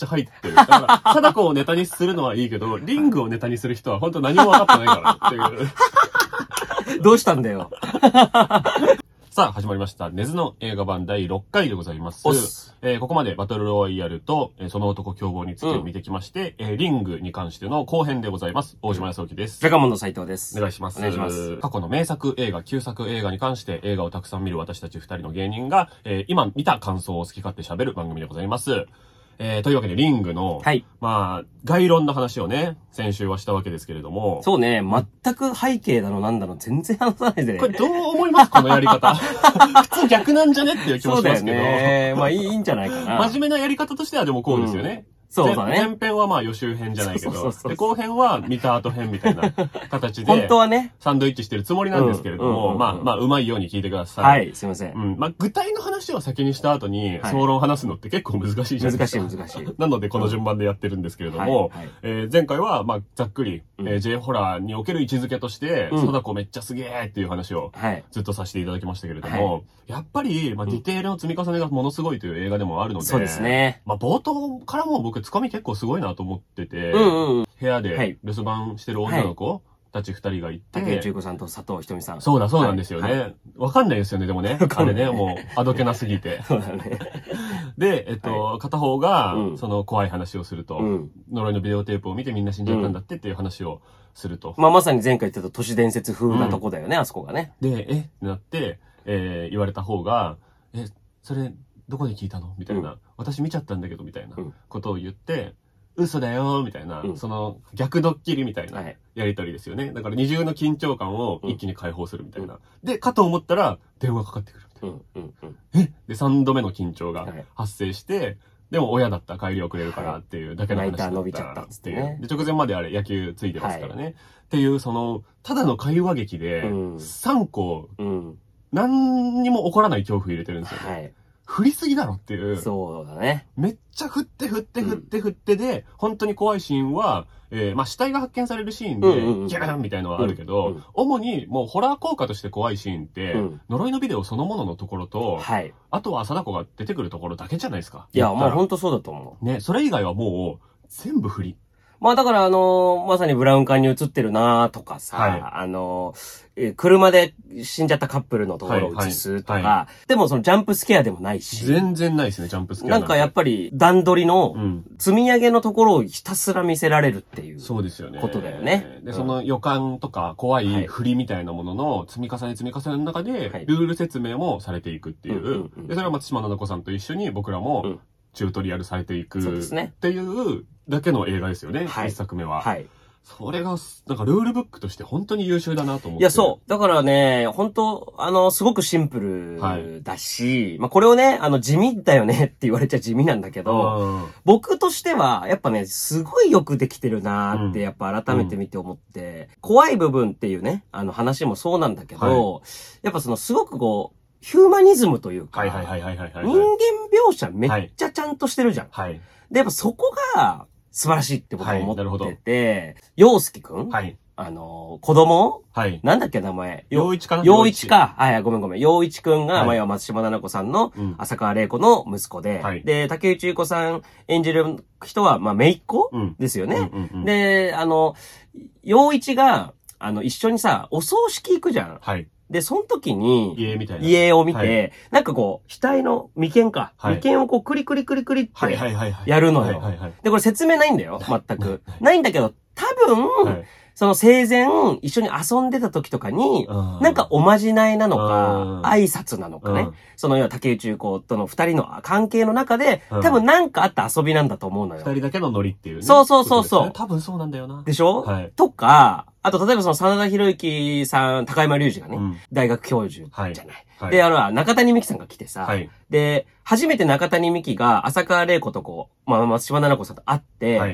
ちゃ入ってる。だから、貞子をネタにするのはいいけど、リングをネタにする人は本当何も分かってないからっていう。 どうしたんだよ。 さあ、始まりました。根津の映画版第6回でございます。ここまでバトルロワイヤルと、その男凶暴について見てきまして、リングに関しての後編でございます。大島康之です。 ジャガモンの斉藤です。 お願いします。 お願いします。 過去の名作映画、旧作映画に関して映画をたくさん見る私たち2人の芸人が、今見た感想を好き勝手喋る番組でございます。というわけで、リングの、 はい。 まあ、概論の話をね、先週はしたわけですけれども。 そうね、全く背景だのなんだの全然話さないでね。 これどう思いますこのやり方。普通逆なんじゃねっていう気もしますけど。 そうだよね。まあいいんじゃないかな。 真面目なやり方としてはでもこうですよね。 そうだね。 前編はまあ予習編じゃないけど、で後編は見た後編みたいな形で、 本当はね、 サンドイッチしてるつもりなんですけれども、まあうまいように聞いてください。 はい、すいません。 まあ具体の話を先にした後に、総論を話すのって結構難しいじゃないですか。 難しい。 なのでこの順番でやってるんですけれども、前回はまあざっくり、J ホラーにおける位置づけとして、貞子めっちゃすげーっていう話をずっとさせていただきましたけれども、やっぱり、まあディテールの積み重ねがものすごいという映画でもあるので、 そうですね。 まあ冒頭からも僕ツッコミ結構すごいなと思ってて、部屋で留守番してる女の子たち2人がいて、 竹内結子さんと佐藤ひとみさん。 そうなんですよね。わかんないですよね、でもね。あれね、もう、あどけなすぎて。 そうだね。 で、片方が、その怖い話をすると、呪いのビデオテープを見てみんな死んじゃったんだってっていう話をすると。 まあまさに前回言ってた都市伝説風なとこだよね、あそこがね。 で、ってなって、言われた方が、それ、どこで聞いたのみたいな。私見ちゃったんだけど、みたいなことを言って、嘘だよみたいな、その逆ドッキリみたいなやりとりですよね。だから二重の緊張感を一気に解放するみたいな。で、かと思ったら電話かかってくるみたいな。で、3度目の緊張が発生して、でも親だった帰り遅れるからっていうだけの話だった伸びちゃったっていう。 で、直前まであれ野球ついてますからね。っていう、その、ただの会話劇で、3個、何にも起こらない恐怖入れてるんですよね。振りすぎだろっていう。 そうだね。 めっちゃ振ってで、本当に怖いシーンは、まあ、死体が発見されるシーンで、ギャーンみたいなのはあるけど、主にもうホラー効果として怖いシーンって、呪いのビデオそのもののところと、あとは貞子が出てくるところだけじゃないですか。 いや、もう本当そうだと思う。 ね、それ以外はもう、全部振り。 まあだからまさにブラウン管に映ってるなとかさ、車で死んじゃったカップルのところを映すとか、でもそのジャンプスケアでもないし。 全然ないですね、ジャンプスケアなんかやっぱり段取りの積み上げのところをひたすら見せられるっていう。そうですよね。ことだよね。 で、その予感とか怖い振りみたいなものの積み重ねの中で、ルール説明もされていくっていう。で、それは松島菜々子さんと一緒に僕らも、チュートリアルされていくっていうだけの映画ですよね、一作目は。それが、なんかルールブックとして本当に優秀だなと思って。 いや、そう。だからね、本当すごくシンプルだし、まあ、これをね、地味だよねって言われちゃ地味なんだけど、僕としては、やっぱね、すごいよくできてるなーって、やっぱ改めて見て思って、怖い部分っていうね、話もそうなんだけど、やっぱすごくこう、ヒューマニズムというか、人間描写めっちゃちゃんとしてるじゃん。で、やっぱそこが素晴らしいって僕は思ってて、陽介くん子供なんだっけ名前。 陽一かな陽一か。ごめん。陽一くんが、まあ、松島菜々子さんの浅川玲子の息子で、で、竹内結子さん演じる人は、まあ、姪っ子ですよね。で、陽一が、一緒にさ、お葬式行くじゃん。で、その時に、家を見て、なんかこう、額の眉間か。眉間をこう、クリクリってやるのよ。で、これ説明ないんだよ、全く。ないんだけど、多分、その生前、一緒に遊んでた時とかに、なんかおまじないなのか、挨拶なのかね。その要は竹内結子との二人の関係の中で、多分なんかあった遊びなんだと思うのよ。 二人だけのノリっていうね。 そう。 多分そうなんだよな。 でしょとか、あと、例えば真田広之さん、高山隆二がね、大学教授じゃない。で、中谷美紀さんが来てさ、で、初めて中谷美紀が浅川玲子とこう、まあ、松島菜々子さんと会って、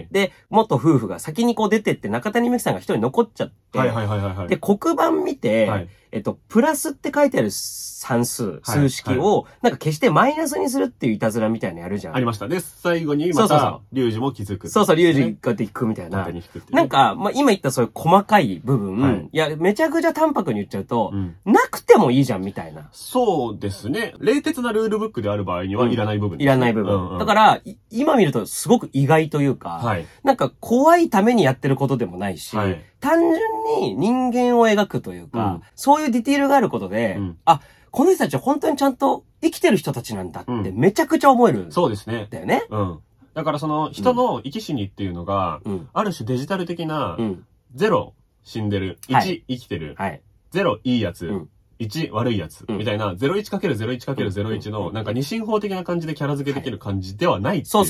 で、元夫婦が先にこう出てって中谷美紀さんが一人残っちゃって、で、黒板見て、 プラスって書いてある算数、数式を、なんか決してマイナスにするっていういたずらみたいなのやるじゃん。 ありました。で、最後にまた、リュウジも気づく。 そうそう、リュウジが引くみたいな。なんか、まあ、今言ったそういう細かい部分、いや、めちゃくちゃ淡白に言っちゃうと、なくてもいいじゃん、みたいな。 そうですね。冷徹なルールブックである場合にはいらない部分ですね。 いらない部分。だから、今見るとすごく意外というか、なんか怖いためにやってることでもないし、単純に人間を描くというか、そういうディティールがあることで、あ、この人たちは本当にちゃんと生きてる人たちなんだってめちゃくちゃ思える。 そうですね。 だよね。 だからその人の生き死にっていうのが、ある種デジタル的な、0死んでる、1生きてる、0いいやつ、1悪いやつ、みたいな、01×01×01 の、なんか二進法的な感じでキャラ付けできる感じではないっていう。 そう。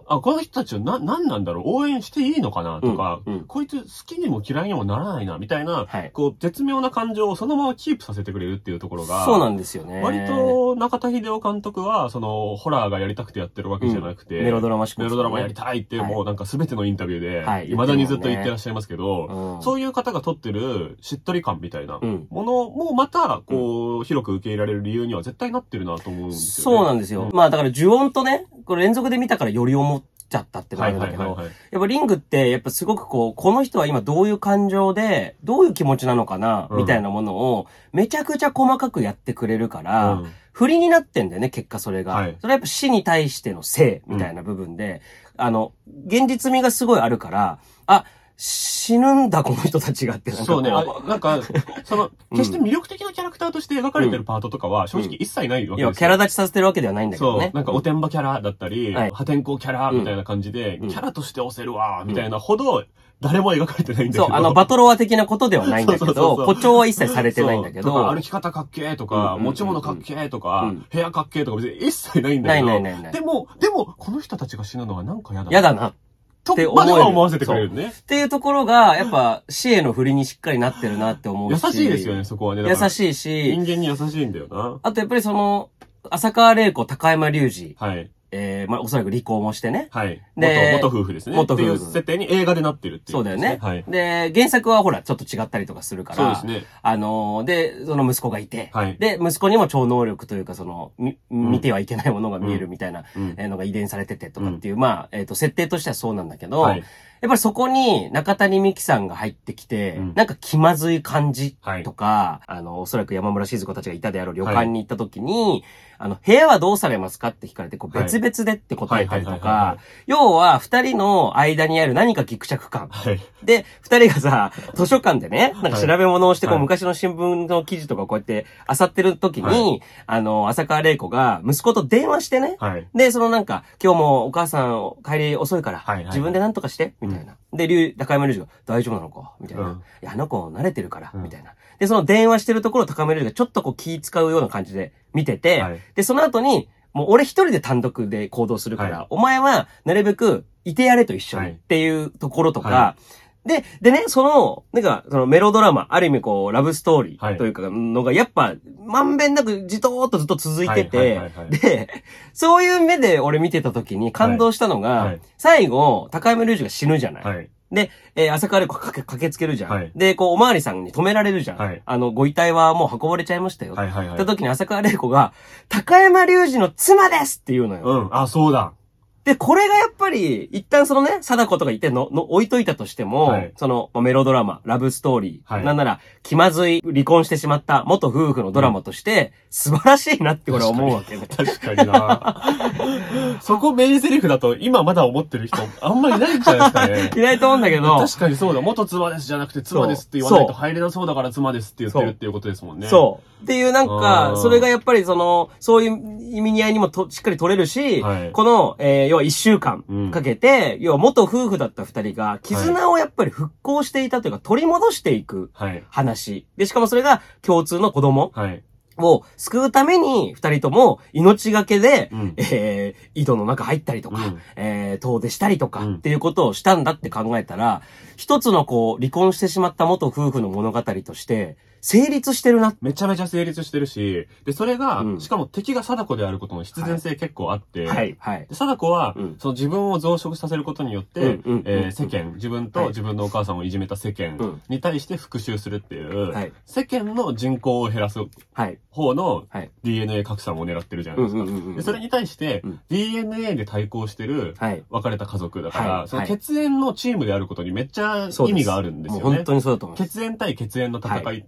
あ、この人たちは何なんだろう応援していいのかなとか、こいつ好きにも嫌いにもならないな、みたいな、こう、絶妙な感情をそのままキープさせてくれるっていうところが、 そうなんですよね。 割と中田秀夫監督は、その、ホラーがやりたくてやってるわけじゃなくて、 メロドラマしくメロドラマやりたいって、もうなんか全てのインタビューで、未だにずっと言ってらっしゃいますけど、そういう方が撮ってるしっとり感みたいなものもまた、こう、広く受け入れられる理由には絶対なってるなと思うんですよね。 そうなんですよ。まあだから呪音とね、これ連続で見たからより思っちゃったってのがあるんだけど、やっぱリングってやっぱすごくこう、この人は今どういう感情で、どういう気持ちなのかな、みたいなものをめちゃくちゃ細かくやってくれるから、振りになってんだよね、結果それが。それはやっぱ死に対しての生みたいな部分で、現実味がすごいあるから、あ、死ぬんだ、この人たちがってそうね。なんか、その、決して魅力的なキャラクターとして描かれてるパートとかは、正直一切ないわけですよ。いや、 キャラ立ちさせてるわけではないんだけどね。 そう。なんか、おてんばキャラだったり、破天荒キャラみたいな感じで、キャラとして押せるわ、みたいなほど、誰も描かれてないんだけど。 そう、バトロワ的なことではないんだけど、誇張は一切されてないんだけど。 歩き方かっけーとか、持ち物かっけーとか、部屋かっけーとか別に一切ないんだけど。ない。でも、この人たちが死ぬのはなんか嫌だ。 嫌だな。って思わせてくれるね。 っていうところが、やっぱ、死への振りにしっかりなってるなって思うし。 優しいですよね、そこはね。 優しいし。 人間に優しいんだよな。 あとやっぱりその、浅川玲子、高山隆二。まあ、おそらく離婚もしてね。 で、元夫婦ですね。 元夫婦。 っていう設定に映画でなってるっていう。 そうだよね。で、原作はほら、ちょっと違ったりとかするから。 そうですね。 で、その息子がいて。で、息子にも超能力というか、その、見てはいけないものが見えるみたいなのが遺伝されててとかっていう、まあ、設定としてはそうなんだけど、やっぱりそこに中谷美紀さんが入ってきて、なんか気まずい感じとか、おそらく山村静子たちがいたであろう旅館に行った時に、部屋はどうされますかって聞かれて、こう別々でって答えたりとか、要は二人の間にある何かギクシャク感。で、二人がさ、図書館でね、なんか調べ物をして、こう昔の新聞の記事とかこうやって漁ってる時に、浅川玲子が息子と電話してね、で、そのなんか、今日もお母さん帰り遅いから、自分で何とかして、みたいな。で、高山隆二が大丈夫なのかみたいな。いや、あの子慣れてるから、みたいな。で、その電話してるところを高山隆二がちょっとこう気使うような感じで見てて、で、その後に、もう俺一人で単独で行動するから、お前はなるべくいてやれと一緒にっていうところとか、でね、そのメロドラマ、ある意味こう、ラブストーリーというかのが、やっぱ、まんべんなくじとーっとずっと続いてて、で、そういう目で俺見てた時に感動したのが、最後、高山隆二が死ぬじゃない。で、浅川玲子駆けつけるじゃん。で、こう、おまわりさんに止められるじゃん。ご遺体はもう運ばれちゃいましたよ。った時に浅川玲子が、高山隆二の妻ですって言うのよ。 あ、そうだ。 で、これがやっぱり、一旦そのね、貞子とか言って置いといたとしても、その、メロドラマ、ラブストーリー、なんなら、気まずい、離婚してしまった元夫婦のドラマとして、素晴らしいなって俺は思うわけね。 確かになそこメインセリフだと、今まだ思ってる人、あんまりいないんじゃないですかね。 いないと思うんだけど。 確かにそうだ。元妻ですじゃなくて、妻ですって言わないと入れなそうだから妻ですって言ってるっていうことですもんね。 そう。っていうなんか、それがやっぱりその、そういう意味合いにもしっかり取れるし、この、要は一週間かけて、要は元夫婦だった二人が、絆をやっぱり復興していたというか、取り戻していく話。で、しかもそれが共通の子供。を救うために、二人とも命がけで、井戸の中入ったりとか、遠出したりとか、っていうことをしたんだって考えたら、一つのこう、離婚してしまった元夫婦の物語として、 成立してるな。 めちゃめちゃ成立してるし、で、それが、しかも敵が貞子であることの必然性結構あって、 はい、はい。 で貞子は、その自分を増殖させることによって、世間、自分と自分のお母さんをいじめた世間に対して復讐するっていう、世間の人口を減らす方の DNA 拡散を狙ってるじゃないですか。で、それに対して、DNA で対抗してる別れた家族だから、その血縁のチームであることにめっちゃ意味があるんですよね。 本当にそうだと思います。 血縁対血縁の戦いって、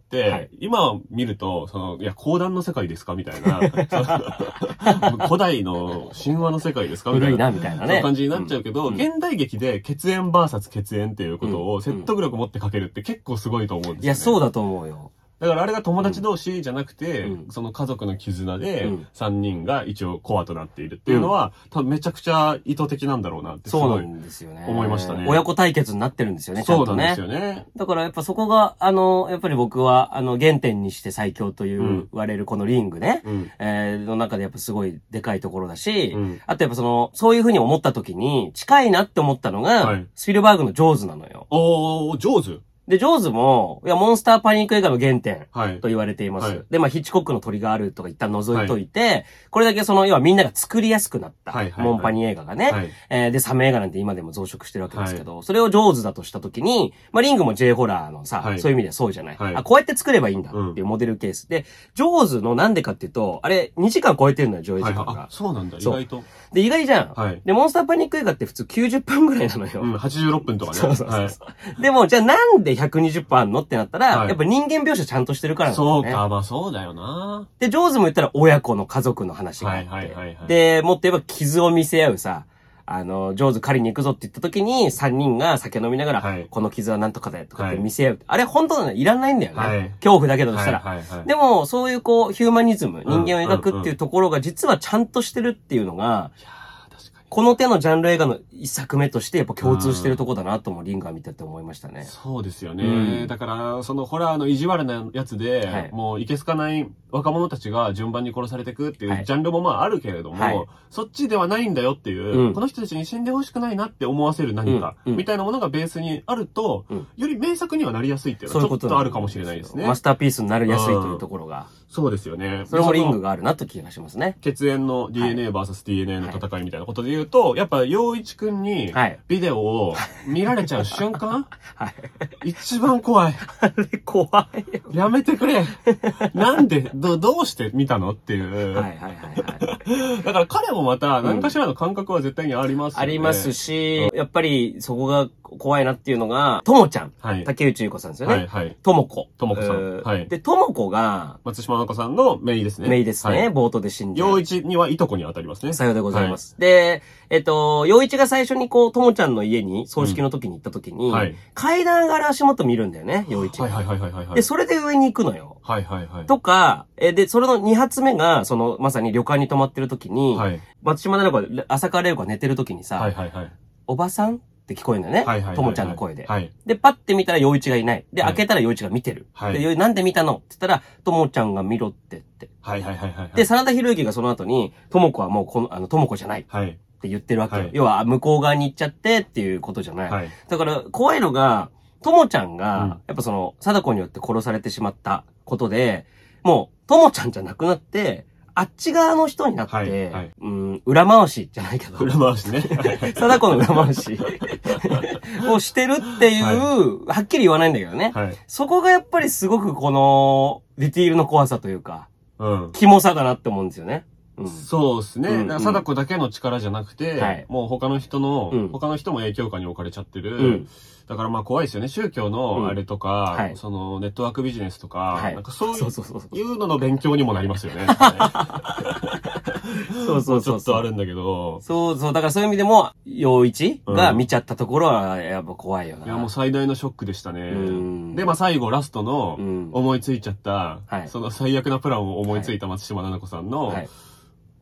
今見ると、いや、講談の世界ですかみたいな。古代の神話の世界ですかみたいな。 みたいなね。 そういう感じになっちゃうけど、現代劇で血縁 VS 血縁っていうことを説得力持って書けるって結構すごいと思うんですよね。 いや、そうだと思うよ。 だからあれが友達同士じゃなくて、その家族の絆で3人が一応コアとなっているっていうのは、多分めちゃくちゃ意図的なんだろうなってすごい思いましたね。 親子対決になってるんですよね、ちゃんとね。 そうなんですよね。 だからやっぱそこが、やっぱり僕は、原点にして最強と言われるこのリングね、の中でやっぱすごいでかいところだし、あとやっぱそういう風に思った時に近いなって思ったのが、スピルバーグのジョーズなのよ。 ジョーズで、ジョーズも、いや、モンスターパニック映画の原点と言われています。で、ヒッチコックの鳥があるとか一旦除いといて、これだけ要はみんなが作りやすくなった、モンパニ映画がね、で、サメ映画なんて今でも増殖してるわけですけど、それをジョーズだとしたときに、リングも J ホラーのさ、そういう意味ではそうじゃない。こうやって作ればいいんだっていうモデルケース。で、ジョーズのなんでかっていうと、あれ、2時間超えてるのよ、上映時間が。 そうなんだ、意外と。 で、意外じゃん。で、モンスターパニック映画って普通90分ぐらいなのよ。 86分とかね。 そうでも、じゃあなんで120分あんのってなったら、やっぱ人間描写ちゃんとしてるからなんだよね。 そうか、そうだよな。 で、ジョーズも言ったら親子の家族の話があって。で、もっと言えば傷を見せ合うさ、ジョーズ狩りに行くぞって言った時に、3人が酒飲みながら、この傷はなんとかだよとかって見せ合う。あれ本当だね、いらないんだよね。恐怖だけだとしたら。でも、そういうヒューマニズム、人間を描くっていうところが実はちゃんとしてるっていうのが、この手のジャンル映画の一作目としてやっぱ共通してるとこだなともリンガー見てて思いましたね。 そうですよね。だから、そのホラーの意地悪なやつで、もういけすかない若者たちが順番に殺されていくっていうジャンルもあるけれども、そっちではないんだよっていう、この人たちに死んでほしくないなって思わせる何か、みたいなものがベースにあると、より名作にはなりやすいっていうのはちょっとあるかもしれないですね。 マスターピースになりやすいというところが。 そうですよね。 それもリングがあるなと気がしますね。 血縁の DNA vs DNA の戦いみたいなことで言うと、やっぱ陽一くんにビデオを見られちゃう瞬間、一番怖い。 あれ怖い。 やめてくれ。なんで、どうして見たのっていう。だから彼もまた何かしらの感覚は絶対にありますよね。 ありますし、やっぱりそこが怖いなっていうのが、ともちゃん。竹内優子さんですよね。ともこ。 ともこさん。 で、ともこが、 松島菜子さんのメイですね。 メイですね。冒頭で死んじゃう。 陽一にはいとこに当たりますね。 さようでございます。で、陽一が最初にともちゃんの家に、葬式の時に行った時に、階段上がる足元見るんだよね、陽一が。で、それで上に行くのよ。とか、で、それの2発目が、まさに旅館に泊まってる時に、松島菜々子が、浅川玲子が寝てる時にさ、おばさんって聞こえるんだよね。ともちゃんの声で。で、パッて見たら陽一がいない。で、開けたら陽一が見てる。で、なんで見たのって言ったら、ともちゃんが見ろってって。で、真田広之がその後に、ともこはもうともこじゃない。って言ってるわけよ。要は、向こう側に行っちゃってっていうことじゃない。だから、怖いのが、ともちゃんが、やっぱ貞子によって殺されてしまったことで、もう、ともちゃんじゃなくなって、あっち側の人になって、裏回しじゃないけど。 裏回しね。 貞子の裏回しをしてるっていう、はっきり言わないんだけどね。そこがやっぱりすごくこの、ディティールの怖さというか、キモさだなって思うんですよね。 そうですね。貞子だけの力じゃなくて、もう他の人も影響下に置かれちゃってる。だから怖いですよね。宗教のあれとか、ネットワークビジネスとか、なんかそういうのの勉強にもなりますよね。ちょっとあるんだけど。 だからそういう意味でも、陽一が見ちゃったところはやっぱ怖いよな。 いや、もう最大のショックでしたね。で、最後ラストの思いついちゃった、その最悪なプランを思いついた松島菜々子さんの、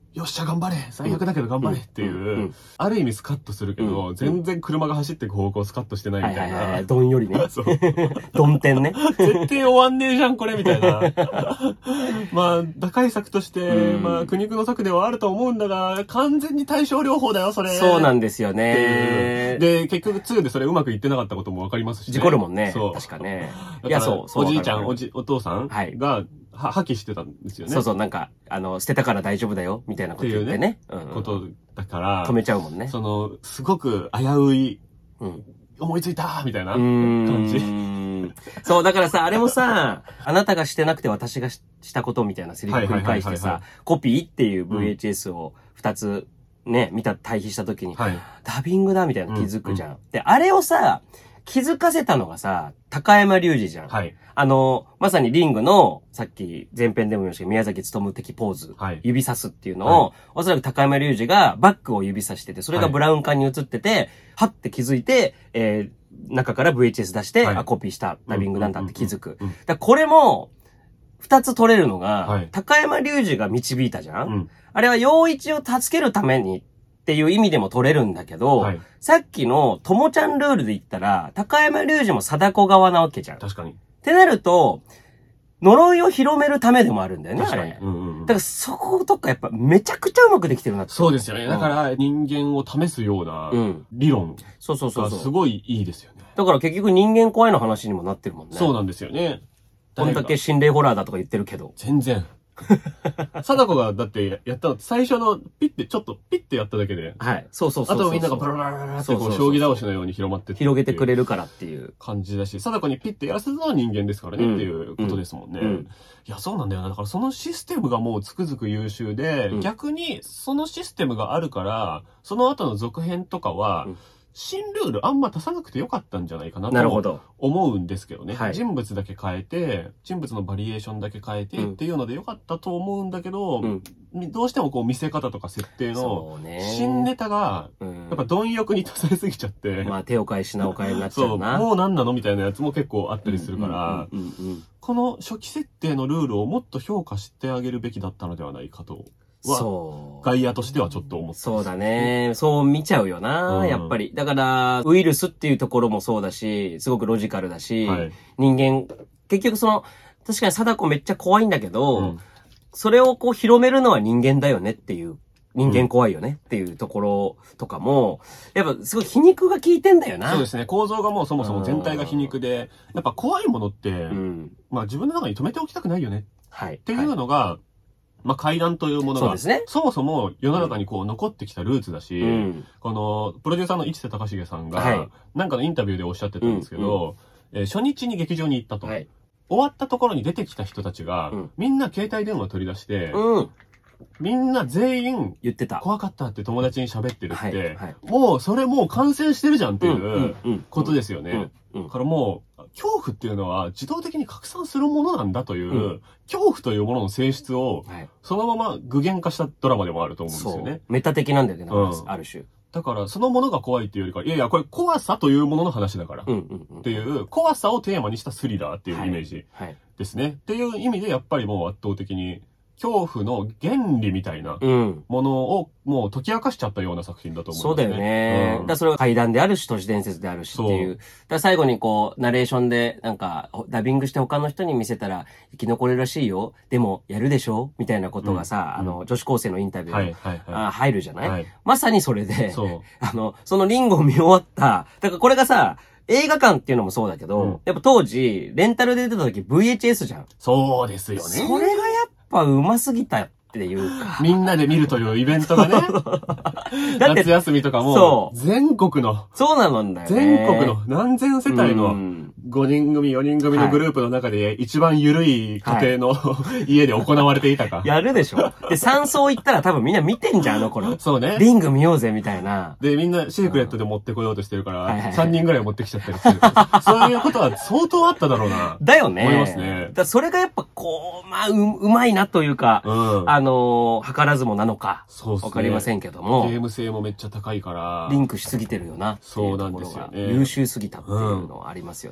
よっしゃ頑張れ最悪だけど頑張れっていう、ある意味スカッとするけど、全然車が走っていく方向スカッとしてないみたいな。 どんよりね。 そう。 どん天ね。 絶対終わんねえじゃん、これ、みたいな。まあ、打開策として、まあ、苦肉の策ではあると思うんだが、完全に対症療法だよ、それ。 そうなんですよね。 で、結局2でそれうまくいってなかったこともわかりますし、ね。 事故るもんね。 そう。 確かね。 いや、そう。おじいちゃん、お父さんが、破棄してたんですよね。 そうそう、なんか、捨てたから大丈夫だよ、みたいなこと言ってね。 ことだから、 止めちゃうもんね。 すごく危うい、思いついたみたいな感じ。 そう、だからさ、あれもさ、あなたがしてなくて私がしたことみたいなセリフを繰り返してさ、コピーっていう VHS を2つね、対比した時に、ダビングだみたいな気づくじゃん。で、あれをさ、気づかせたのがさ、高山隆二じゃん。はい。まさにリングの、さっき前編でも言いましたけど、宮崎努的ポーズ、指さすっていうのを、おそらく高山隆二がバックを指さしてて、それがブラウン管に映ってて、はって気づいて、中から VHS 出して、コピーしたダビングなんだって気づく。これも、二つ取れるのが、高山隆二が導いたじゃん。あれは陽一を助けるために、っていう意味でも取れるんだけど、さっきのともちゃんルールで言ったら、高山隆二も貞子側なわけじゃん。 確かに。 ってなると、呪いを広めるためでもあるんだよね、 あれ。 だからそことかやっぱめちゃくちゃうまくできてるなって。 そうですよね。だから人間を試すような理論がすごいいいですよね。 だから結局人間怖いの話にもなってるもんね。 そうなんですよね。 こんだけ心霊ホラーだとか言ってるけど。 全然。貞子がだってやったの最初のピッてちょっとピッてやっただけで、 はい、そうそうそう。 あとみんながバラバラバラってこう将棋倒しのように広まって広げてくれるからっていう感じだし、貞子にピッてやらせたのは人間ですからねっていうことですもんね。いやそうなんだよな。だからそのシステムがもうつくづく優秀で、逆にそのシステムがあるからその後の続編とかは。新ルールあんま足さなくてよかったんじゃないかなと思うんですけどね。人物だけ変えて、人物のバリエーションだけ変えてっていうのでよかったと思うんだけど、どうしてもこう見せ方とか設定の新ネタが、やっぱ貪欲に足されすぎちゃって。 まあ手を変え品を変えになっちゃうな。 そう、もう何なのみたいなやつも結構あったりするから、この初期設定のルールをもっと評価してあげるべきだったのではないかと。外野としてはちょっと思ってそうだね。そう見ちゃうよな、やっぱり。だから、ウイルスっていうところもそうだし、すごくロジカルだし、人間、結局確かに貞子めっちゃ怖いんだけど、それをこう広めるのは人間だよねっていう、人間怖いよねっていうところとかも、やっぱすごい皮肉が効いてんだよな。 そうですね。構造がもうそもそも全体が皮肉で、やっぱ怖いものって、まあ自分の中に留めておきたくないよね。っていうのが、まあ、怪談というものが、そもそも世の中にこう残ってきたルーツだし、この、プロデューサーの市瀬隆重さんが、なんかのインタビューでおっしゃってたんですけど、初日に劇場に行ったと。終わったところに出てきた人たちが、みんな携帯電話を取り出して、みんな全員、 言ってた。 怖かったって友達に喋ってるって、もうそれもう感染してるじゃんっていうことですよね。だからもう、恐怖っていうのは自動的に拡散するものなんだという、恐怖というものの性質を、そのまま具現化したドラマでもあると思うんですよね。 メタ的なんだよね、ある種。 だから、そのものが怖いっていうよりか、いやいや、これ怖さというものの話だから。っていう、怖さをテーマにしたスリラーっていうイメージですね。っていう意味で、やっぱりもう圧倒的に、恐怖の原理みたいなものをもう解き明かしちゃったような作品だと思うんですね。 そうだよね。だそれが怪談であるし、都市伝説であるしっていう。だ最後にこう、ナレーションでなんか、ダビングして他の人に見せたら生き残れるらしいよ。でも、やるでしょみたいなことがさ、女子高生のインタビュー入るじゃない、まさにそれで、そのリンゴを見終わった、だからこれがさ、映画館っていうのもそうだけど、やっぱ当時、レンタルで出た時 VHS じゃん。 そうですよね。 それがやっぱ上手すぎたっていうか。 みんなで見るというイベントがね。夏休みとかも、全国の。 そうなんだよね。 全国の何千世帯の5人組、4人組のグループの中で一番緩い家庭の家で行われていたか。 やるでしょ。で、山荘行ったら多分みんな見てんじゃん、あの頃。 そうね。 リング見ようぜ、みたいな。 で、みんなシークレットで持ってこようとしてるから、3人ぐらい持ってきちゃったりする。そういうことは相当あっただろうな。 だよね。 思いますね。 だそれがやっぱこう、まあ、うまいなというか、図らずもなのか、わかりませんけども。 ゲーム性もめっちゃ高いから。 リンクしすぎてるよな。 そうなんですよね。 優秀すぎたっていうのはありますよね。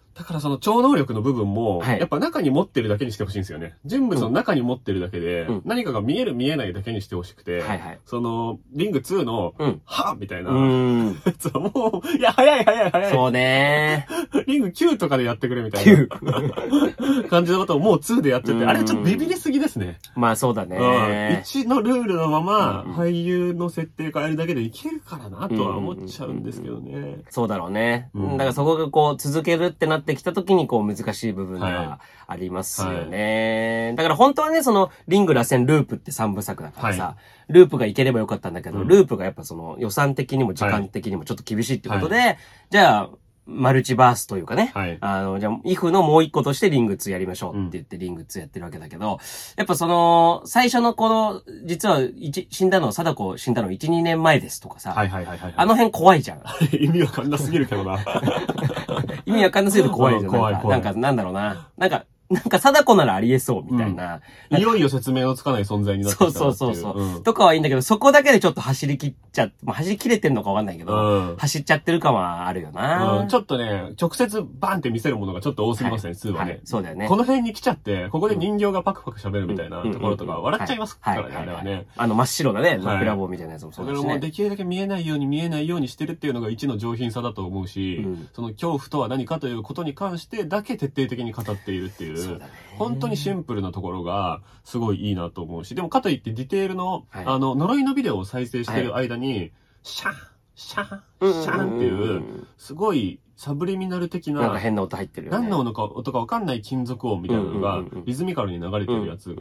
だからその超能力の部分も、やっぱ中に持ってるだけにしてほしいんですよね。人物の中に持ってるだけで、何かが見える見えないだけにしてほしくて、その、リング2の、はぁみたいな、やつはもう、いや、早い。 そうねリング9とかでやってくれみたいな感じのことをもう2でやっちゃって、あれちょっとビビりすぎですね。 まあそうだね。 1のルールのまま、俳優の設定変えるだけでいけるからなとは思っちゃうんですけどね。 そうだろうね。だからそこがこう続けるってなってきた時にこう難しい部分がありますよね。だから本当はね、そのリング螺旋ループって3部作だからさ、ループがいければよかったんだけど、ループがやっぱその予算的にも時間的にもちょっと厳しいってことで、じゃあ、マルチバースというかね。じゃあ、イフのもう一個としてリング2やりましょうって言ってリング2やってるわけだけど、やっぱその、最初のこの、実は、貞子死んだの1、2年前ですとかさ、あの辺怖いじゃん。 意味わかんなすぎるけどな。 意味わかんなすぎると怖いじゃん。なんか、なんだろうな。なんか、貞子ならありえそうみたいな。 いよいよ説明のつかない存在になってきた。 そう。とかはいいんだけど、そこだけでちょっと走り切れてんのかわかんないけど、走っちゃってる感はあるよな。 ちょっとね、直接バンって見せるものがちょっと多すぎますね、2はね。 そうだよね。 この辺に来ちゃって、ここで人形がパクパク喋るみたいなところとか笑っちゃいますからね、あれはね。 真っ白なね、のっぺらぼうみたいなやつもそうだしね。 だからもうできるだけ見えないようにしてるっていうのが1の上品さだと思うし、その恐怖とは何かということに関してだけ徹底的に語っているっていう、本当にシンプルなところがすごいいいなと思うし、でもかといってディテールの、呪いのビデオを再生してる間に、シャンっていう、すごいサブリミナル的な、 なんか変な音入ってるよね。 何の音かわかんない金属音みたいなのが、リズミカルに流れてるやつって、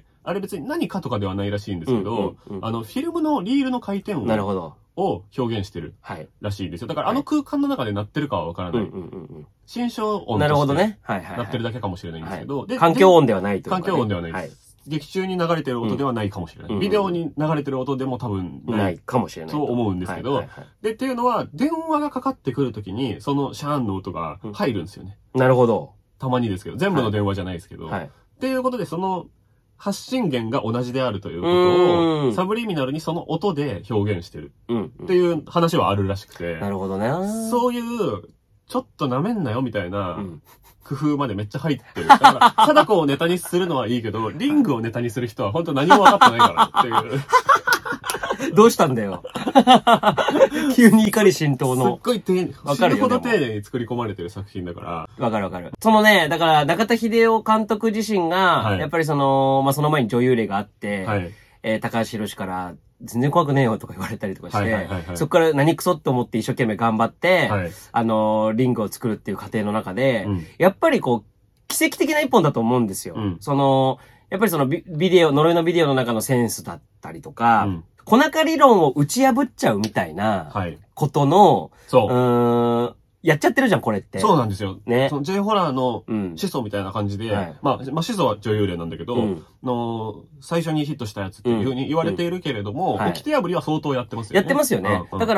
あれ別に何かとかではないらしいんですけど、フィルムのリールの回転音を表現してるらしいんですよ。だからあの空間の中で鳴ってるかはわからない。心象音として鳴ってるだけかもしれないんですけど、 環境音ではないというか。環境音ではないです。劇中に流れてる音ではないかもしれない。ビデオに流れてる音でも多分ないかもしれない。 そう思うんですけど、で、っていうのは、電話がかかってくるときに、そのシャーンの音が入るんですよね。 なるほど。 たまにですけど、全部の電話じゃないですけど。っていうことで、その発信源が同じであるということを、サブリミナルにその音で表現してる。っていう話はあるらしくて。 なるほどね。 そういう、ちょっと舐めんなよみたいな、工夫までめっちゃ入ってる。だから、貞子をネタにするのはいいけど、リングをネタにする人は本当何も分かってないからっていう。 どうしたんだよ。急に怒り浸透の。 すっごい丁寧、死ぬほど丁寧に作り込まれてる作品だから。 わかる。そのね、だから中田秀夫監督自身が、やっぱりその前に女優例があって、高橋宏から、全然怖くねえよとか言われたりとかして、そこから何クソって思って一生懸命頑張って、リングを作るっていう過程の中で、やっぱりこう、奇跡的な一本だと思うんですよ。やっぱりそのビデオ、呪いのビデオの中のセンスだったりとか、小中理論を打ち破っちゃうみたいなことの、やっちゃってるじゃん、これって。 そうなんですよ。ね。その J ホラーの始祖みたいな感じで、まあ始祖は女優例なんだけど、最初にヒットしたやつっていう風に言われているけれども、掟破りは相当やってますよね。 やってますよね。だから、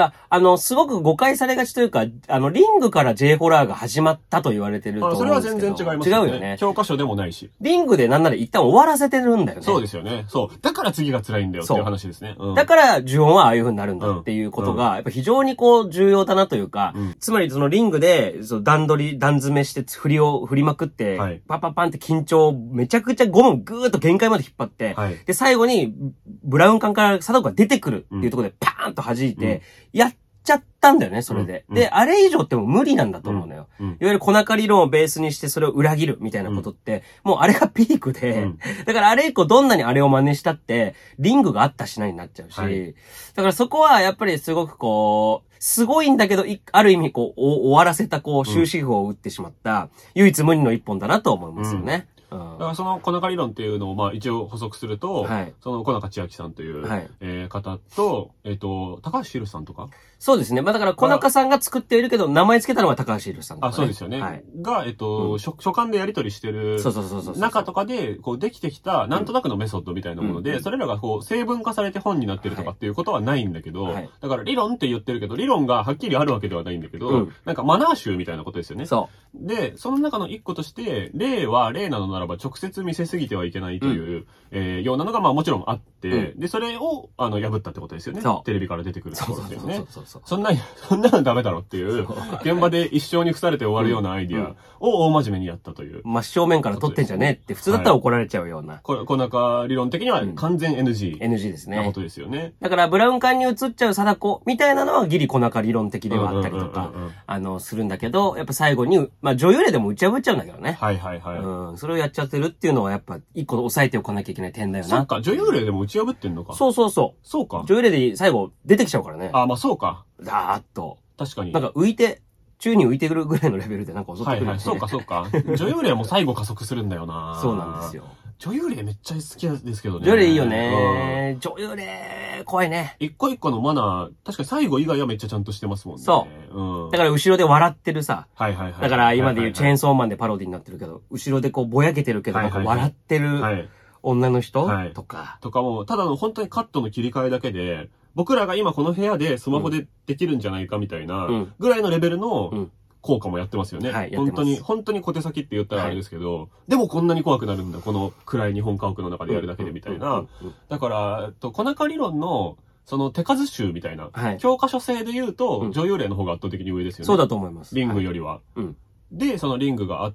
すごく誤解されがちというか、リングから J ホラーが始まったと言われてると思うんですけど。 それは全然違いますよね。違うよね。教科書でもないし。 リングでなんなら一旦終わらせてるんだよね。 そうですよね。そう。だから次が辛いんだよっていう話ですね。 だから呪音はああいう風になるんだっていうことが、やっぱ非常にこう重要だなというか、つまりそのリングで、段詰めして振りまくって、パンパンパンって緊張めちゃくちゃゴムぐーっと限界まで引っ張って、で、最後にブラウン管から貞子が出てくるっていうところでパーンと弾いて、やっちゃったんだよね、それで。で、あれ以上ってもう無理なんだと思うのよ。いわゆる小中理論をベースにしてそれを裏切るみたいなことって、もうあれがピークで、だからあれ以降どんなにあれを真似したって、リングがあったしないになっちゃうし、だからそこはやっぱりすごくこう、すごいんだけど、ある意味こう、終わらせたこう、終止符を打ってしまった、唯一無二の一本だなと思いますよね。 だからその小中理論っていうのをまあ一応補足すると、その小中千秋さんという、方と、高橋宏さんとかそうですね。まあだから小中さんが作っているけど、名前つけたのは高橋宏さんとか、 そうですよね。が、書簡でやり取りしてる中とかで、こうできてきた、なんとなくのメソッドみたいなもので、それらがこう成文化されて本になってるとかっていうことはないんだけど、だから理論って言ってるけど、理論がはっきりあるわけではないんだけど、なんかマナー集みたいなことですよね。で、その中の一個として、例は例なのなららば直接見せすぎてはいけないという、ようなのがまあもちろんあって、で、それを破ったってことですよね。テレビから出てくるところですよね。そんなのダメだろっていう、現場で一生に付されて終わるようなアイディアを大真面目にやったという。 真正面から撮ってんじゃねえって普通だったら怒られちゃうような。 小中理論的には完全 NG。 NG ですね。 なことですよね。 だからブラウン管に映っちゃう貞子みたいなのはギリ小中理論的ではあったりとか、するんだけど、やっぱ最後に、まあ女優霊でも打ち破っちゃうんだけどね。 はいはいはい。 うん。それをやっちゃってるっていうのはやっぱ一個押さえておかなきゃいけない点だよな。 そっか、女優霊でも打ち破ってんのか。 そう。 そうか。 女優霊で最後出てきちゃうからね。 あ、まあそうか。 だーっと。 確かに。 なんか宙に浮いてくるぐらいのレベルでなんか襲ってくる、ね。 そうか。女優霊も最後加速するんだよな。 そうなんですよ。 女優霊めっちゃ好きですけどね。 女優霊いいよね。女優霊、怖いね。 一個一個のマナー、確かに最後以外はめっちゃちゃんとしてますもんね。 そう。だから後ろで笑ってるさ。だから今で言うチェーンソーマンでパロディになってるけど、後ろでこうぼやけてるけど、笑ってる女の人とか。 とかも、ただの本当にカットの切り替えだけで、僕らが今この部屋でスマホでできるんじゃないかみたいな、ぐらいのレベルの効果もやってますよね。本当に小手先って言ったらあれですけど、でもこんなに怖くなるんだ、この暗い日本家屋の中でやるだけでみたいな。だから、小中理論の、その手数集みたいな、教科書制で言うと、女優霊の方が圧倒的に上ですよね。 そうだと思います。 リングよりは。で、そのリングがあって、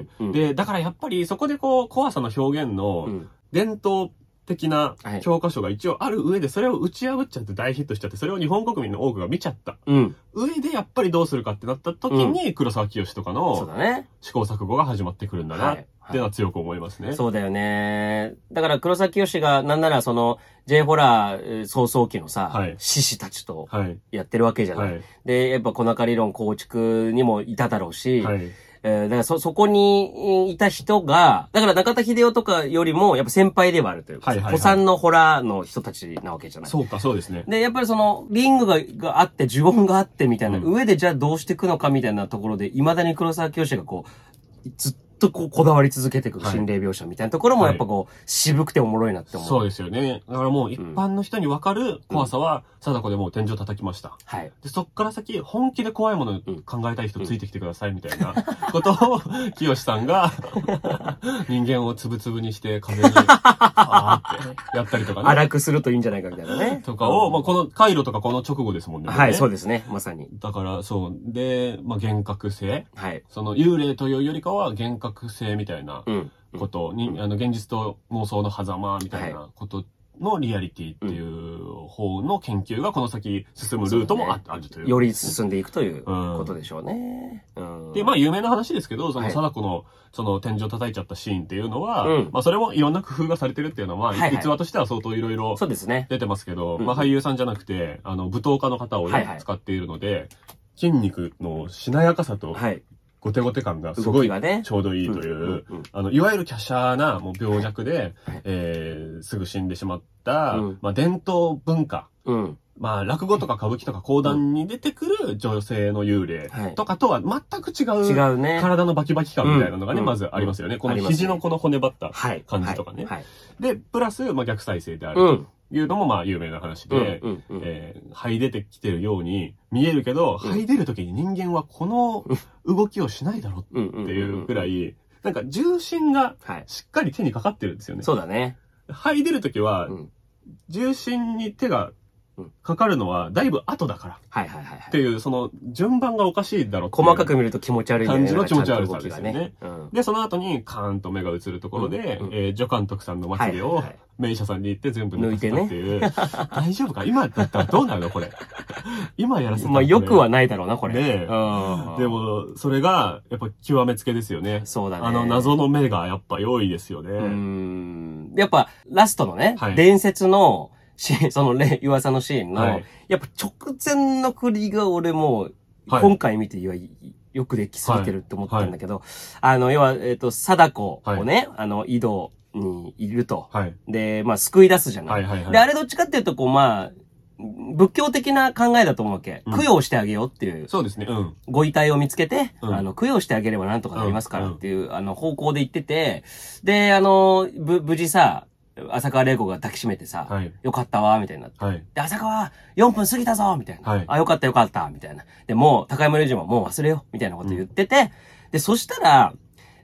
で、だからやっぱりそこでこう、怖さの表現の、伝統的な教科書が一応ある上で、それを打ち破っちゃって大ヒットしちゃって、それを日本国民の多くが見ちゃった。上でやっぱりどうするかってなった時に、黒沢清とかの試行錯誤が始まってくるんだなってのは強く思いますね。 そうだよね。だから黒沢清がなんならその J ホラー創創期のさ、志士たちとやってるわけじゃない。で、やっぱ小中理論構築にもいただろうし、だからそこにいた人が、だから中田秀夫とかよりもやっぱ先輩ではあるというか、古参のホラーの人たちなわけじゃない。 そうか、そうですね。 で、やっぱりその、リングがあって、呪文があってみたいな、上でじゃあどうしていくのかみたいなところで、未だに黒沢清がこう、ずっとこだわり続けていく心霊描写みたいなところもやっぱこう、渋くておもろいなって思う。 そうですよね。だからもう一般の人に分かる怖さは、貞子でもう天井叩きました。で、そっから先、本気で怖いものを考えたい人ついてきてくださいみたいなことを、清さんが、人間をつぶつぶにして風に、あーってやったりとかね。 荒くするといいんじゃないかみたいなね。 とかを、まあこの回路とかこの直後ですもんね。 はい、そうですね。まさに。 だから、そう。で、まあ幻覚性。その幽霊というよりかは幻覚性みたいなことに、現実と妄想の狭間みたいなことのリアリティっていう方の研究がこの先進むルートもあるという。 より進んでいくということでしょうね。 で、まあ有名な話ですけど、その貞子のその天井叩いちゃったシーンっていうのは、まあそれもいろんな工夫がされてるっていうのは、逸話としては相当いろいろ出てますけど、まあ俳優さんじゃなくて、舞踏家の方をね、使っているので、筋肉のしなやかさと、ゴテゴテ感がすごいちょうどいいという、いわゆる華奢なもう病弱で、すぐ死んでしまった、まあ伝統文化、まあ落語とか歌舞伎とか講談に出てくる女性の幽霊とかとは全く違う、体のバキバキ感みたいなのがね、まずありますよね。この肘のこの骨張った感じとかね。で、プラス、まあ逆再生であると。いうのもまあ有名な話で、這い出てきてるように見えるけど、這い出るときに人間はこの動きをしないだろうっていうくらい、なんか重心がしっかり手にかかってるんですよね。 そうだね。 這い出るときは、重心に手がかかるのはだいぶ後だから。っていう、その順番がおかしいだろうっていう。 細かく見ると気持ち悪い感じの気持ち悪さですよね。で、その後にカーンと目が映るところで、助監督さんのまつげを名医者さんに行って全部抜いてっていう。大丈夫か今だったらどうなるのこれ。今やらせたら。 まあよくはないだろうな、これ。 でも、それが、やっぱ極めつけですよね。 そうだね。 謎の目がやっぱ良いですよね。 やっぱ、ラストのね、伝説の、その岩佐のシーンの、やっぱ直前の振りが俺も、今回見てよくできすぎてるって思ったんだけど、要は、貞子をね、井戸にいると。で、まあ、救い出すじゃない。で、あれどっちかっていうと、こう、まあ、仏教的な考えだと思うわけ。供養してあげようっていう。 そうですね。 ご遺体を見つけて、供養してあげればなんとかなりますからっていう、方向で言ってて、で、無事さ、浅川玲子が抱きしめてさ、よかったわ、みたいになって。で、浅川、4分過ぎたぞみたいな。あ、よかったよかった、みたいな。で、もう、高山隆二ももう忘れよう、みたいなこと言ってて、で、そしたら、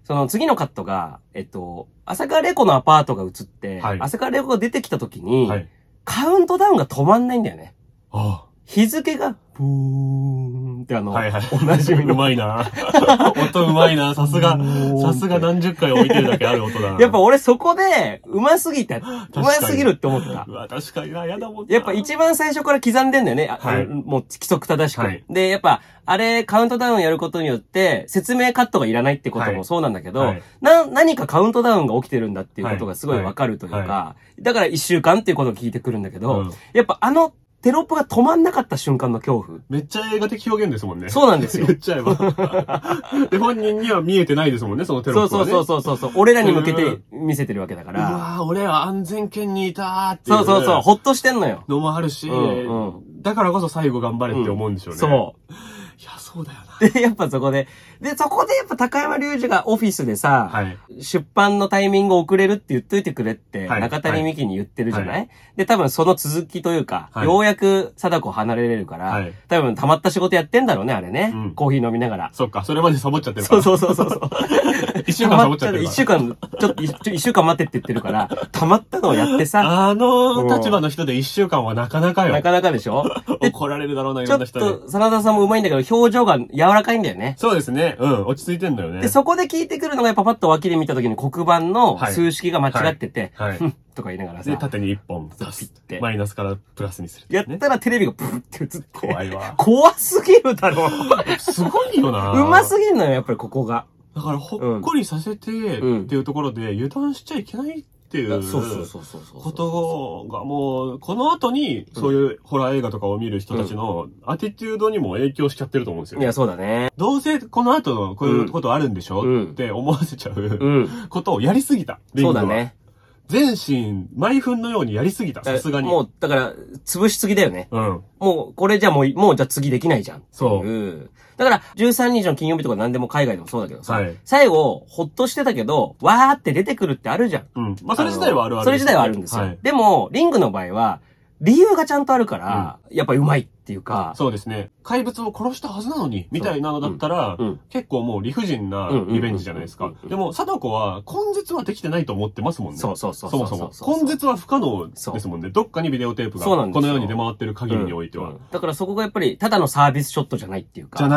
その次のカットが、浅川玲子のアパートが映って、 はい、 浅川玲子が出てきた時に、 はい、 カウントダウンが止まんないんだよね。 ああ、 日付が、ブーンってはいはい、 おなじみの。 うまいな。音うまいな。さすが何十回置いてるだけある音だな。 やっぱ俺そこで、うますぎるって思った。 うわ、確かにな、やだもんな。 やっぱ一番最初から刻んでんだよね。はい、もう規則正しく。はい、で、やっぱ、あれ、カウントダウンやることによって、説明カットがいらないってこともそうなんだけど、はい、何かカウントダウンが起きてるんだっていうことがすごいわかるというか、はいはい、だから1週間っていうことを聞いてくるんだけど、やっぱテロップが止まんなかった瞬間の恐怖。 めっちゃ映画的表現ですもんね。 そうなんですよ。 言っちゃえば。で、本人には見えてないですもんね、そのテロップは、ね。 そう。俺らに向けて見せてるわけだから。 うわぁ、俺は安全圏にいたーっていう。 そう。ほっとしてんのよ。 のもあるし、だからこそ最後頑張れって思うんでしょうね。 そう。 いや、そうだよな。 で、やっぱそこでやっぱ高山隆二がオフィスでさ、はい、出版のタイミング遅れるって言っといてくれって、中谷美紀に言ってるじゃない、はい、で、多分その続きというか、はい、ようやく貞子離れれるから、はい、多分溜まった仕事やってんだろうね、あれね。コーヒー飲みながら。 そっか、それまでサボっちゃってるから。 そう。 一週間サボっちゃってるから。 一週間待ってって言ってるから、溜まったのをやってさ。 立場の人で一週間はなかなかよ。 なかなかでしょ怒られるだろうな、いろんな人に。 ちょっと、真田さんも上手いんだけど、表情が柔らかいんだよね。 そうですね。落ち着いてんだよね。 で、そこで聞いてくるのがやっぱパッと脇で見た時に黒板の数式が間違ってて、とか言いながらさ。 で、縦に1本出すって。マイナスからプラスにする、 やったらテレビがブーって映って。 怖いわ。 怖すぎるだろ。 すごいよな。 うますぎんのよ、やっぱりここが。 だから、ほっこりさせて、っていうところで油断しちゃいけないっていうことがもう、この後に、そういうホラー映画とかを見る人たちのアティチュードにも影響しちゃってると思うんですよ。 いや、そうだね。 どうせこの後こういうことあるんでしょって思わせちゃうことをやりすぎた。 そうだね。 全身、毎分のようにやりすぎた、さすがに。 もう、だから、潰しすぎだよね。もう、これじゃもうじゃあ次できないじゃん。 そう。 だから、13日の金曜日とか何でも海外でもそうだけどさ、最後、ほっとしてたけど、わーって出てくるってあるじゃん。 まあ、それ自体はある。 それ自体はあるんですよ。でも、リングの場合は、理由がちゃんとあるから、やっぱりうまいっていうか。 そうですね。怪物を殺したはずなのに、みたいなのだったら、結構もう理不尽なリベンジじゃないですか。でも、貞子は根絶はできてないと思ってますもんね。 そもそも。 根絶は不可能ですもんね。どっかにビデオテープが、このように出回ってる限りにおいては。 だからそこがやっぱり、ただのサービスショットじゃないっていうか。 じゃない。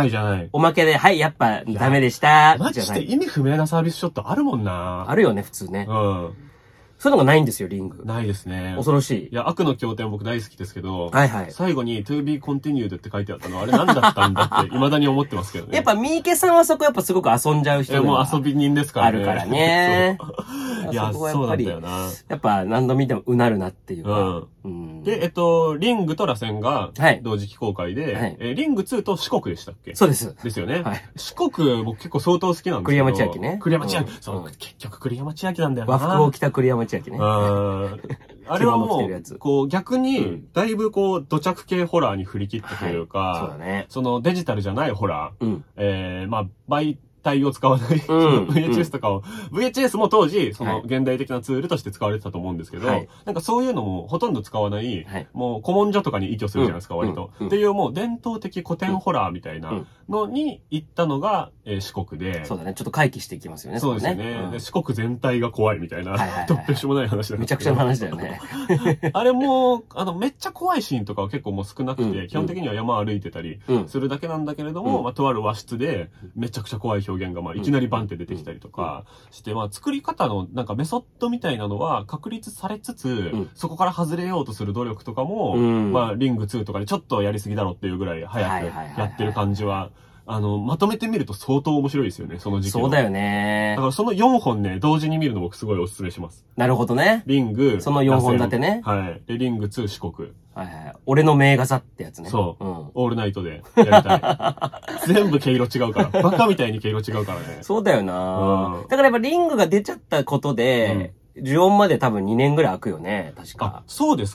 おまけで、はい、やっぱダメでした。 マジで意味不明なサービスショットあるもんな。 あるよね、普通ね。そういうのがないんですよ、リング。 ないですね。 恐ろしい。 いや、悪の経典僕大好きですけど、 はい。 最後に to be continued って書いてあったのは、あれ何だったんだって未だに思ってますけどね。 やっぱ三池さんはそこやっぱすごく遊んじゃう人もう遊び人ですからね。あるからね。 いや、そうなんだよな。 やっぱ何度見てもうなるなっていうか。 で、リングと螺旋が同時期公開で、リング2と四国でしたっけ？ そうです。 ですよね。四国僕結構相当好きなんですけど。 栗山千明ね。 栗山千明。そう、結局栗山千明なんだよな。 和服を着た栗山千明ね。 あれはもう、こう逆に、だいぶこう、土着系ホラーに振り切ったというか、 そうだね。 そのデジタルじゃないホラー、まあ、媒体を使わない、VHS とかを、VHS も当時、その現代的なツールとして使われてたと思うんですけど、なんかそういうのもほとんど使わない、もう古文書とかに依拠するじゃないですか、割と。っていうもう伝統的古典ホラーみたいなのに行ったのが四国で。 そうだね、ちょっと回帰していきますよね。 そうですよね。四国全体が怖いみたいな、とっぺしもない話だめちゃくちゃの話だよね。 あれも、めっちゃ怖いシーンとかは結構もう少なくて、基本的には山歩いてたりするだけなんだけれども、まあ、とある和室で、めちゃくちゃ怖い表現が、まあ、いきなりバンって出てきたりとかして、まあ、作り方のなんかメソッドみたいなのは確立されつつ、そこから外れようとする努力とかも、まあ、リング2とかでちょっとやりすぎだろっていうぐらい早くやってる感じは、まとめてみると相当面白いですよね、その時期。 そうだよね。 だからその4本ね、同時に見るの僕すごいお勧めします。 なるほどね。 リング。 その4本立てね。 はい。で、リング2四国。 俺の名画座ってやつね。 そう。オールナイトでやりたい。全部毛色違うから。バカみたいに毛色違うからね。 そうだよな。だからやっぱリングが出ちゃったことで、呪音まで多分2年ぐらい空くよね、確か。 そうですか。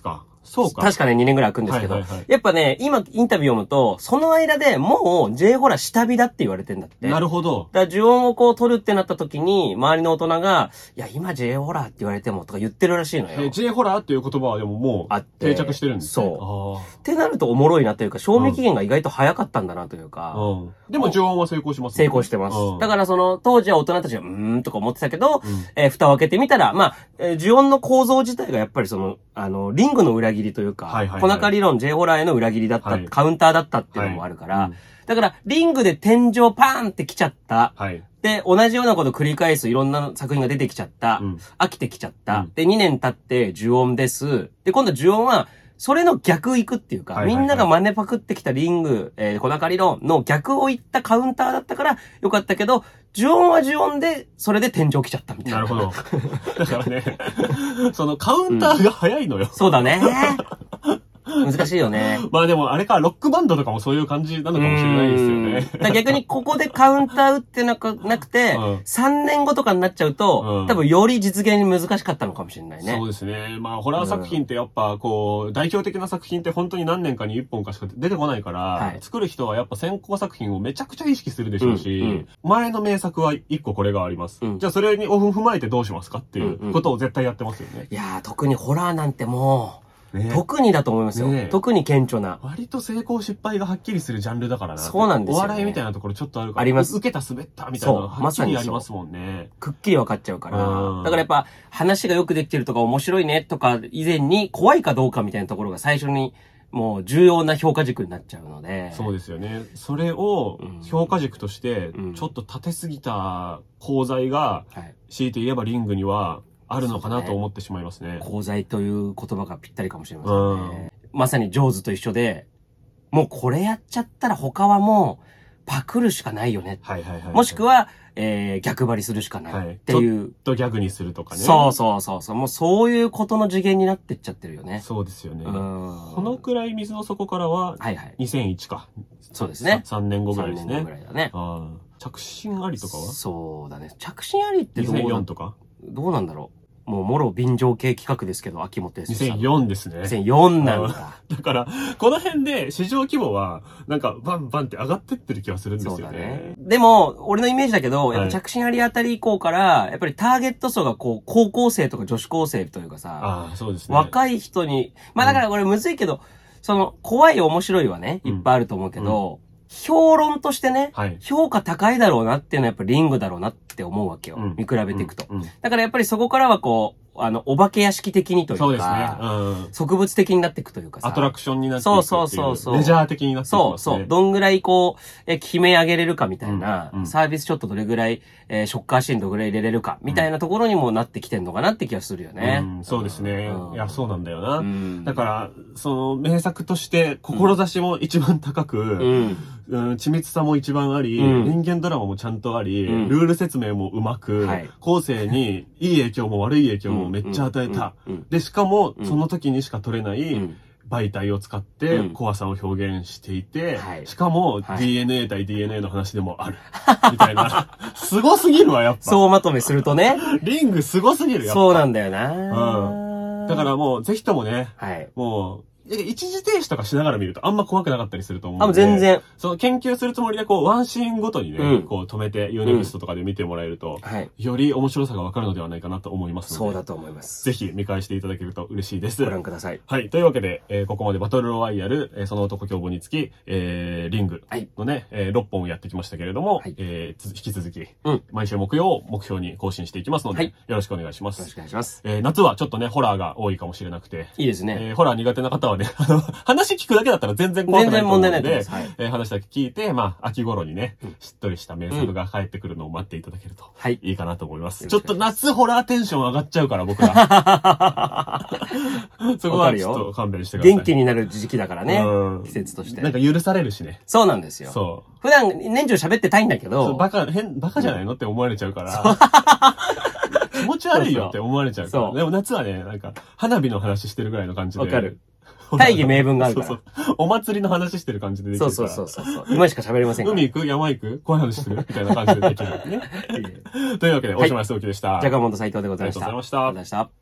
そうか。 確かね、2年ぐらい空くんですけど、やっぱね、今インタビュー読むと、その間でもう J ホラー下火だって言われてんだって。 なるほど。 だから呪音をこう取るってなった時に、周りの大人が、いや、今 J ホラーって言われてもとか言ってるらしいのよ。 J ホラーっていう言葉はでももう定着してるんですね。 そう。ってなるとおもろいなというか、賞味期限が意外と早かったんだなというか。 でも呪音は成功しますね。成功してます。だからその、当時は大人たちが、とか思ってたけど、蓋を開けてみたら、まあ、呪音の構造自体がやっぱりその、リングの裏切りというか、小中理論 J ホラーへの裏切りだった、カウンターだったっていうのもあるから、だから、リングで天井パーンって来ちゃった。で、同じようなことを繰り返すいろんな作品が出てきちゃった。飽きてきちゃった。で、2年経って呪音です。で、今度呪音は、それの逆行くっていうか、みんなが真似パクってきたリング、小中理論の逆を言ったカウンターだったからよかったけど、呪音は呪音で、それで天井来ちゃったみたいな。 なるほど。だからね、そのカウンターが早いのよ。 そうだね。難しいよね。 まあでもあれか、ロックバンドとかもそういう感じなのかもしれないですよね。 逆にここでカウンター打ってなくて、3年後とかになっちゃうと、多分より実現難しかったのかもしれないね。 そうですね。まあホラー作品ってやっぱこう、代表的な作品って本当に何年かに1本かしか出てこないから、作る人はやっぱ先行作品をめちゃくちゃ意識するでしょうし、前の名作は1個これがあります。じゃあそれにオフ踏まえてどうしますかっていうことを絶対やってますよね。 いやー、特にホラーなんてもう、特にだと思いますよ。特に顕著な。 割と成功失敗がはっきりするジャンルだからな。 そうなんですよ。 お笑いみたいなところちょっとあるから。 あります。 受けた滑ったみたいなのはっきりありますもんね。 くっきり分かっちゃうから。だからやっぱ話がよくできてるとか面白いねとか以前に怖いかどうかみたいなところが最初にもう重要な評価軸になっちゃうので。 そうですよね。それを評価軸としてちょっと立てすぎた功罪が強いて言えばリングにはあるのかなと思ってしまいますね。 功罪という言葉がぴったりかもしれませんね。まさにジョーズと一緒で、もうこれやっちゃったら他はもうパクるしかないよね。もしくは、逆張りするしかないっていう。 ちょっとギャグにするとかね。 そう。もうそういうことの次元になってっちゃってるよね。 そうですよね。このくらい水の底からは、2001か。 そうですね。 3年後ぐらいですね。 3年後ぐらいだね。 着信ありとかはそうだね。着信ありってどう 2004とかどうなんだろう。もう、もろ便乗系企画ですけど、秋元康さん。 2004ですね。 2004なんだ。 だから、この辺で市場規模は、なんか、バンバンって上がってってる気がするんですよね。そうだね。 でも、俺のイメージだけど、やっぱ着信ありあたり以降から、やっぱりターゲット層がこう、高校生とか女子高生というかさ、 そうですね。 若い人に、まあだからこれむずいけど、その、怖い面白いはね、いっぱいあると思うけど、評論としてね、評価高いだろうなっていうのはやっぱリングだろうなって思うわけよ。見比べていくと。だからやっぱりそこからはこう、お化け屋敷的にというか、 そうですね。 植物的になっていくというかさ。 アトラクションになっていくっていう。 そう。 レジャー的になっていく、ね。 そう。どんぐらいこう、決め上げれるかみたいな、サービスちょっとどれぐらい、ショッカーシーンどれぐらい入れれるかみたいなところにもなってきてんのかなって気がするよね。 そうですね。いや、そうなんだよな。だから、その、名作として、志も一番高く、緻密さも一番あり、人間ドラマもちゃんとあり、ルール説明もうまく、後世にいい影響も悪い影響もめっちゃ与えた。で、しかも、その時にしか撮れない媒体を使って怖さを表現していて、しかも DNA 対 DNA の話でもある。みたいな。凄すぎるわ、やっぱ。 総まとめするとね。 リング凄すぎる、やっぱ。 そうなんだよな。 だからもう、ぜひともね、もう、一時停止とかしながら見るとあんま怖くなかったりすると思うので。 全然。 その研究するつもりでこう、ワンシーンごとにね、こう止めて、ユーネクストとかで見てもらえると、より面白さがわかるのではないかなと思いますので。 そうだと思います。 ぜひ見返していただけると嬉しいです。 ご覧ください。 はい。というわけで、ここまでバトルロワイヤル、その男凶暴につき、リングのね、6本をやってきましたけれども、引き続き、毎週木曜を目標に更新していきますので、よろしくお願いします。 よろしくお願いします。 夏はちょっとね、ホラーが多いかもしれなくて。 いいですね。 ホラー苦手な方はね、話聞くだけだったら全然怖くないと思うので、 全然問題ないです。 話だけ聞いて、まあ、秋頃にね、しっとりした名作が帰ってくるのを待っていただけると、いいかなと思います。ちょっと夏ホラーテンション上がっちゃうから、僕ら。そこはちょっと勘弁してください。 元気になる時期だからね。季節として。 なんか許されるしね。 そうなんですよ。そう。普段年中喋ってたいんだけど。 バカじゃないのって思われちゃうから。気持ち悪いよって思われちゃうから。でも夏はね、なんか、花火の話してるぐらいの感じで。 わかる。大義名分があるから。 そう。お祭りの話してる感じでできるから。 そう。今しか喋れませんから。 海行く山行く怖い話してるみたいな感じでできるね。というわけで、大島康之でした。 ジャガモンド斉藤でございました。 ありがとうございました。 ありがとうございました。